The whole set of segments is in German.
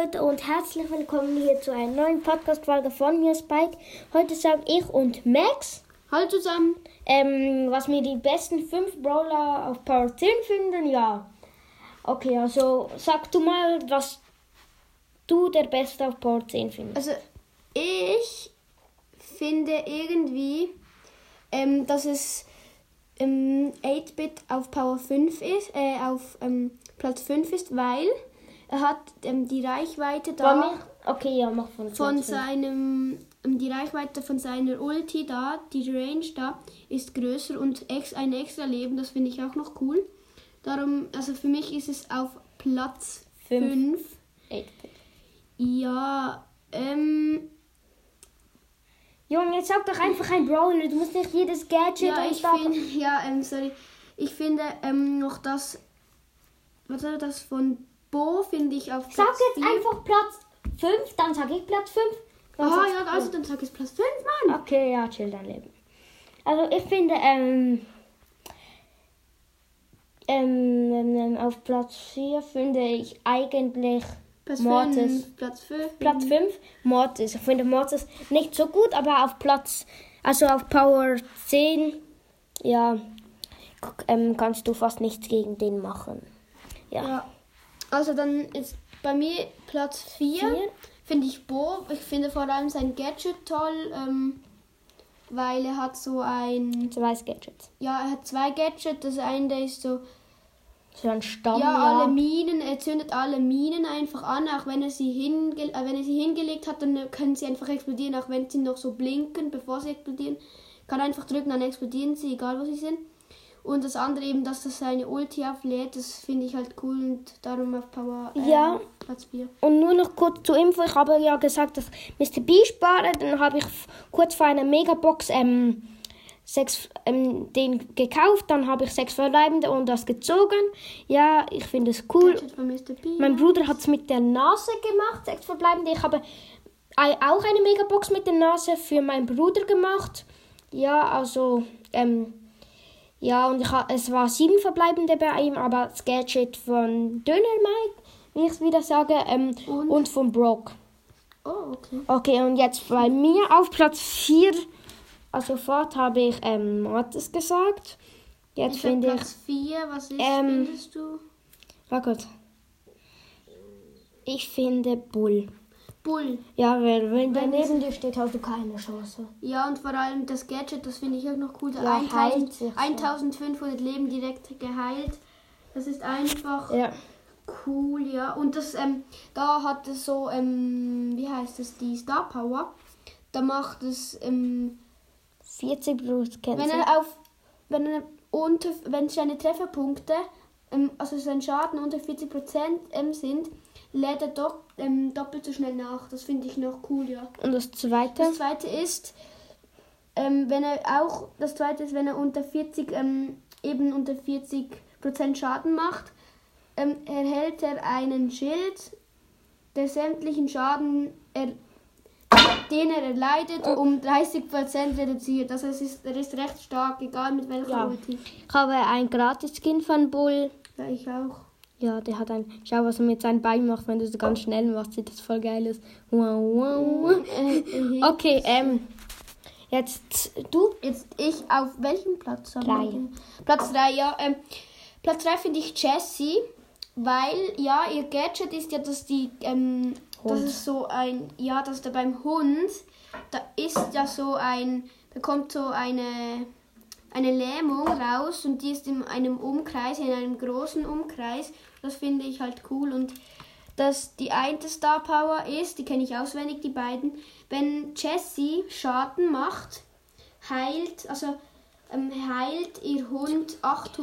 Leute und herzlich willkommen hier zu einer neuen Podcast-Folge von mir, Spike. Heute sagen ich und Max, hallo zusammen, was wir die besten 5 Brawler auf Power 10 finden. Ja, okay, also sag du mal, was du der Beste auf Power 10 findest. Also ich finde irgendwie, dass es 8-Bit auf Power 5 ist, auf Platz 5 ist, weil er hat die Reichweite da okay, ja, mach von seinem die Reichweite von seiner Ulti da, die Range da ist größer und ein extra Leben, das finde ich auch noch cool. Darum, also für mich ist es auf Platz 5. 8-Bit. Ja, Junge, jetzt sag doch einfach ein Brawler, du musst nicht jedes Gadget ich finde noch das von Bo finde ich auf Platz 4. Sag jetzt einfach Platz 5, dann sag ich Platz 5. Dann sag ich Platz 5, Mann. Okay, ja, chill dein Leben. Also ich finde, auf Platz 4 finde ich eigentlich Mortis. Platz 5. Platz 5, Mortis. Ich finde Mortis nicht so gut, aber auf Power 10, ja, kannst du fast nichts gegen den machen. Ja. Also dann ist bei mir Platz 4. Finde ich Bo. Ich finde vor allem sein Gadget toll, weil er hat so ein... 2 Gadgets. Ja, er hat 2 Gadgets. Das eine, der ist so ein Stamm. Ja, alle Minen. Er zündet alle Minen einfach an, auch wenn er sie hingelegt hat, dann können sie einfach explodieren, auch wenn sie noch so blinken, bevor sie explodieren. Kann einfach drücken, dann explodieren sie, egal wo sie sind. Und das andere eben, dass das seine Ulti auflädt, das finde ich halt cool und darum auf Power Platz 4. Und nur noch kurz zur Info, ich habe ja gesagt, dass Mr. B spare, dann habe ich kurz vor einer Megabox den gekauft, dann habe ich 6 Verbleibende und das gezogen. Ja, ich finde es cool. Von Mr. B, mein Bruder hat es mit der Nase gemacht, 6 Verbleibende. Ich habe auch eine Megabox mit der Nase für meinen Bruder gemacht. Ja, also... ja, und es war 7 Verbleibende bei ihm, aber das Gadget von Döner Mike, wie ich es wieder sage, und von Brock. Oh, okay. Okay, und jetzt bei mir auf Platz 4, also sofort habe ich Mortis gesagt. Jetzt finde ich... Platz 4, was findest du? Oh Gott. Ich finde Bull. Bull. Ja, weil wenn der neben dir steht, hast du keine Chance. Ja, und vor allem das Gadget, das finde ich auch noch cool. Ja, 1500 Leben direkt geheilt. Das ist einfach cool, ja. Und das, da hat es so, wie heißt das, die Star Power. Da macht es 40 Blutkämpfe. Wenn seine Trefferpunkte, also sein Schaden unter 40% sind, lädt er doch doppelt so schnell nach. Das finde ich noch cool, ja. Und das zweite? Das zweite ist, wenn er unter 40% Schaden macht, erhält er einen Schild, der sämtlichen Schaden, den er erleidet, um 30% reduziert. Also er ist recht stark, egal mit welcher Ulti. Ich habe ein Gratis-Skin von Bull. Ja, ich auch. Ja, der hat schau, was er mit seinen Beinen macht, wenn du so ganz schnell machst, sieht das voll geil aus. Wow. Okay, jetzt du? Jetzt ich auf welchem Platz? 3. Platz 3, ja. Platz 3 finde ich Jessie, weil, ja, ihr Gadget ist ja, dass die, das ist so ein, ja, dass da beim Hund, da kommt so eine Lähmung raus und die ist in einem großen Umkreis. Das finde ich halt cool. Und dass die eine Star Power ist, die kenne ich auswendig, die beiden. Wenn Jessie Schaden macht, heilt ihr Hund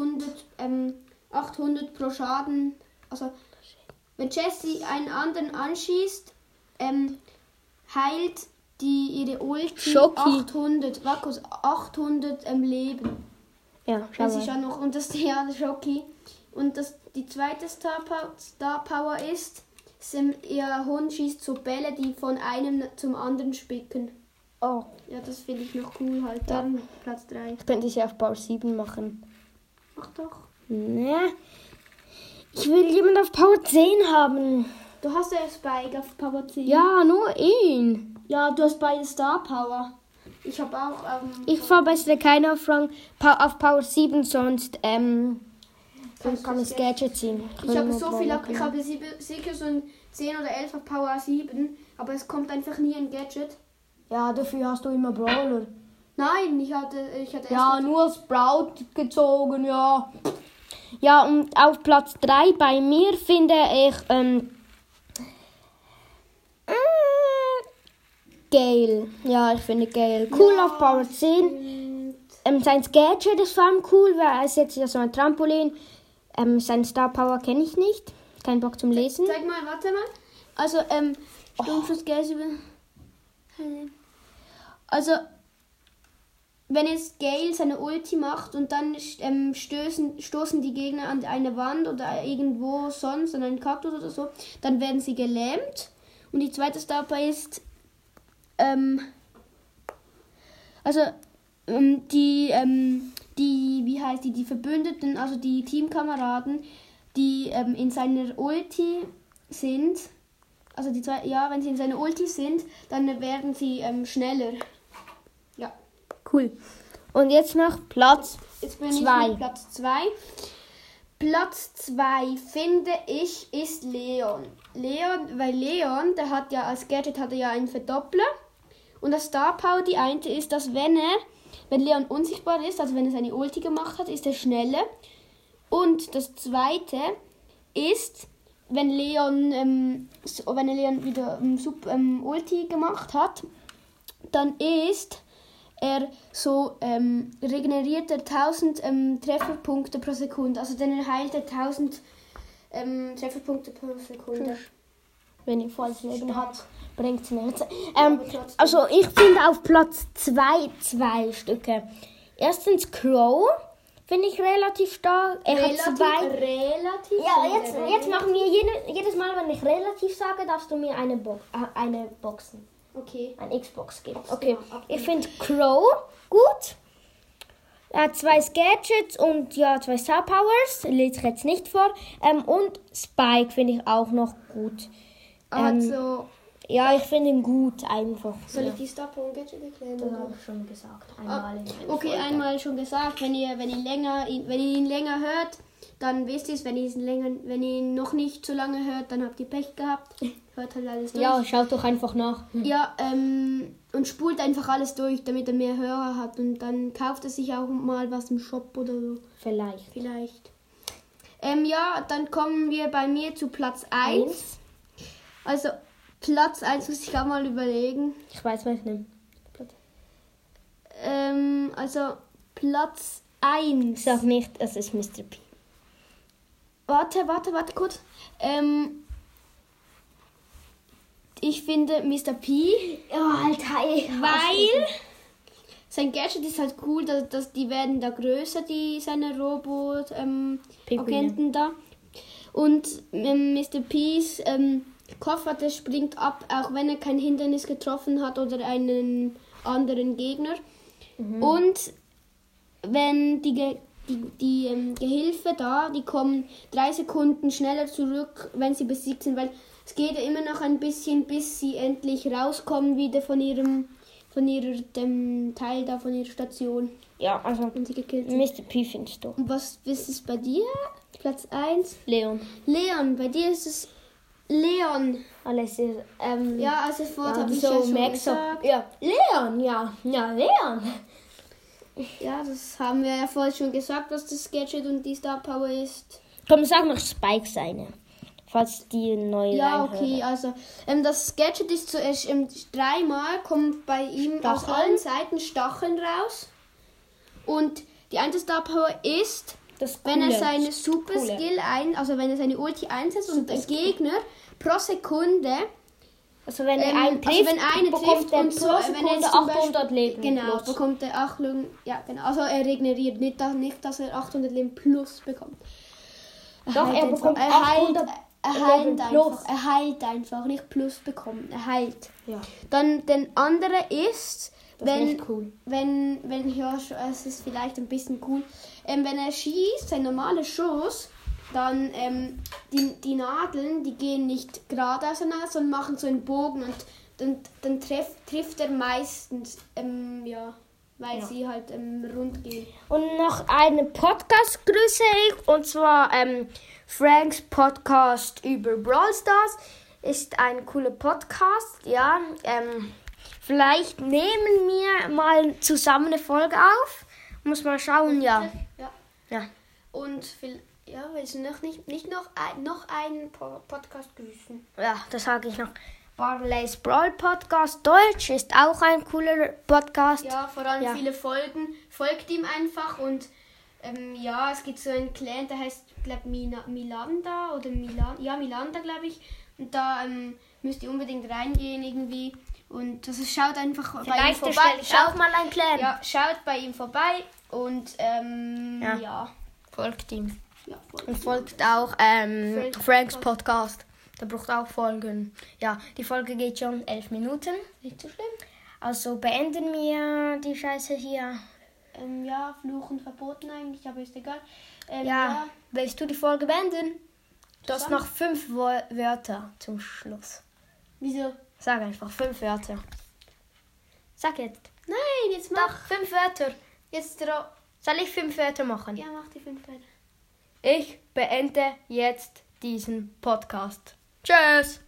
800 pro Schaden. Also wenn Jessie einen anderen anschießt, heilt ihre Ulti 800 Leben. Ja, schau mal. Ist ja noch, und das Schoki. Und die zweite Star Power ist, ihr Hund schießt so Bälle, die von einem zum anderen spicken. Oh. Ja, das finde ich noch cool halt. Dann Platz 3. Ich könnte sie auf Power 7 machen. Mach doch. Ne. Ich will jemanden auf Power 10 haben. Du hast ja Spike auf Power 10. Ja, nur ihn. Ja, du hast beide Star Power. Ich habe auch... Ich verbessere keine auf Power 7, sonst kann ich Gadget ziehen. Ich habe so viel, ich habe sicher so ein 10 oder 11 auf Power 7, aber es kommt einfach nie ein Gadget. Ja, dafür hast du immer Brawler. Nein, ich hatte Ja, nur Sprout gezogen, ja. Ja, und auf Platz 3 bei mir finde ich Gale. Ja, ich finde Gale cool Ja, auf Power 10. Sein Gadget ist vor allem cool, weil er ist jetzt ja so ein Trampolin. Sein Star Power kenne ich nicht. Kein Bock zum Lesen. Zeig mal, warte mal. Also, Sturmschuss Gale über... Also, wenn jetzt Gale seine Ulti macht und dann stoßen die Gegner an eine Wand oder irgendwo sonst, an einen Kaktus oder so, dann werden sie gelähmt. Und die zweite Star Power ist, die Verbündeten, also die Teamkameraden, die in seiner Ulti sind, also wenn sie in seiner Ulti sind, dann werden sie schneller. Ja. Cool. Und jetzt noch Platz Jetzt bin ich 2. mit Platz 2. Platz 2 finde ich ist Leon. Weil Leon, der hat ja als Gadget einen Verdoppler. Und das Star Power, die eine ist, dass wenn Leon unsichtbar ist, also wenn er seine Ulti gemacht hat, ist er schneller. Und das zweite ist, wenn Leon wieder Ulti gemacht hat, dann ist er so regeneriert er 1000 Trefferpunkte pro Sekunde. Also dann heilt er 1000 Trefferpunkte pro Sekunde. Wenn ihr volles Leben habt, bringt es nichts. Also ich finde auf Platz 2 Stücke. Erstens Crow, finde ich relativ stark. Er hat zwei. Relativ. Ja, jetzt machen wir jedes Mal, wenn ich relativ sage, darfst du mir eine Boxen. Okay. Ein Xbox geben. Okay. Ich finde Crow gut. Er hat 2 Gadgets und ja, 2 Star Powers. Lese ich jetzt nicht vor. Und Spike finde ich auch noch gut. Also, ja, ich finde ihn gut einfach. soll ich die Star Power und Gadget erklären? Das habe ich schon gesagt. Einmal. Okay, einmal schon gesagt. Wenn ihr ihn länger hört, dann wisst ihr es. Wenn ihr ihn noch nicht so lange hört, dann habt ihr Pech gehabt. Hört halt alles durch. Ja, schaut doch einfach nach. Ja, und spult einfach alles durch, damit er mehr Hörer hat. Und dann kauft er sich auch mal was im Shop oder so. Vielleicht. Ja, dann kommen wir bei mir zu Platz 1. Also, Platz 1 muss ich auch mal überlegen. Ich weiß, was ich nehme. Also, Platz 1. Ich sag nicht, es ist Mr. P. Warte kurz. Ich finde Mr. P. Oh, Alter, Weil sein Gadget ist halt cool, dass die werden da größer, seine Robot-Agenten da. Und Mr. P's Koffer, der springt ab, auch wenn er kein Hindernis getroffen hat oder einen anderen Gegner. Und wenn die Gehilfe da, die kommen 3 Sekunden schneller zurück, wenn sie besiegt sind, weil es geht ja immer noch ein bisschen, bis sie endlich rauskommen wieder von ihrer Teil da, von ihrer Station. Ja, also Und sie gekillt sind. Mr. P findest du. Und was ist es bei dir? Platz 1? Leon. Leon, bei dir ist es Leon. Alles ist, Ja, also vorher ja, habe ich so ja schon Max gesagt. Ja, Leon, ja, Leon. Ja, das haben wir ja vorhin schon gesagt, was das Gadget und die Star Power ist. Komm, sag noch Spike seine. Falls die neu Ja, reinhören. okay, also das Gadget ist zuerst 3-mal, kommt bei ihm aus Stacheln. allen Seiten Stacheln raus. Und die eine Star Power ist, Das wenn er Coole. seine Super Coole. Skill also wenn er seine Ulti einsetzt und der Gegner pro Sekunde, Also wenn er einen trifft, wenn einer bekommt trifft er und so, pro wenn er Sekunde jetzt zum 800 Leben genau, plus. bekommt er 800, ja genau, also er regeneriert nicht, dass er 800 Leben plus bekommt. Doch, er heilt bekommt einfach. 800 Leben plus. Er heilt einfach, nicht plus bekommen, er heilt. Ja, Dann den andere ist, das ist nicht cool. wenn ja, es ist vielleicht ein bisschen cool, wenn er schießt, sein normaler Schuss, dann die Nadeln, die gehen nicht gerade auseinander, sondern machen so einen Bogen und dann trifft er meistens, weil sie halt rund gehen. Und noch eine Podcast grüße ich, und zwar Franks Podcast über Brawl Stars. Ist ein cooler Podcast, ja. Vielleicht nehmen wir mal zusammen eine Folge auf. Muss mal schauen, ja. Ja. Und willst du nicht noch einen Podcast grüßen? Ja, das sage ich noch. Barley's Brawl Podcast Deutsch ist auch ein cooler Podcast. Ja, vor allem viele Folgen. Folgt ihm einfach und es gibt so einen Clan, der heißt, glaube Milanda oder Milanda, glaube ich. Und da müsst ihr unbedingt reingehen irgendwie. Und schaut einfach bei ihm vorbei. Vielleicht ich auch mal ein Clan. Ja, schaut bei ihm vorbei und folgt ihm. Ja, und folgt auch Franks Podcast. Der braucht auch Folgen. Ja, die Folge geht schon 11 Minuten. Nicht so schlimm. Also beenden wir die Scheiße hier. Fluchen verboten eigentlich, aber ist egal. Willst du die Folge beenden? Du hast noch 5 Wörter zum Schluss. Wieso? Sag einfach 5 Wörter. Sag jetzt. Nein, jetzt mach. Doch, 5 Wörter. Jetzt Soll ich 5 Wörter machen? Ja, mach die 5 Wörter. Ich beende jetzt diesen Podcast. Tschüss.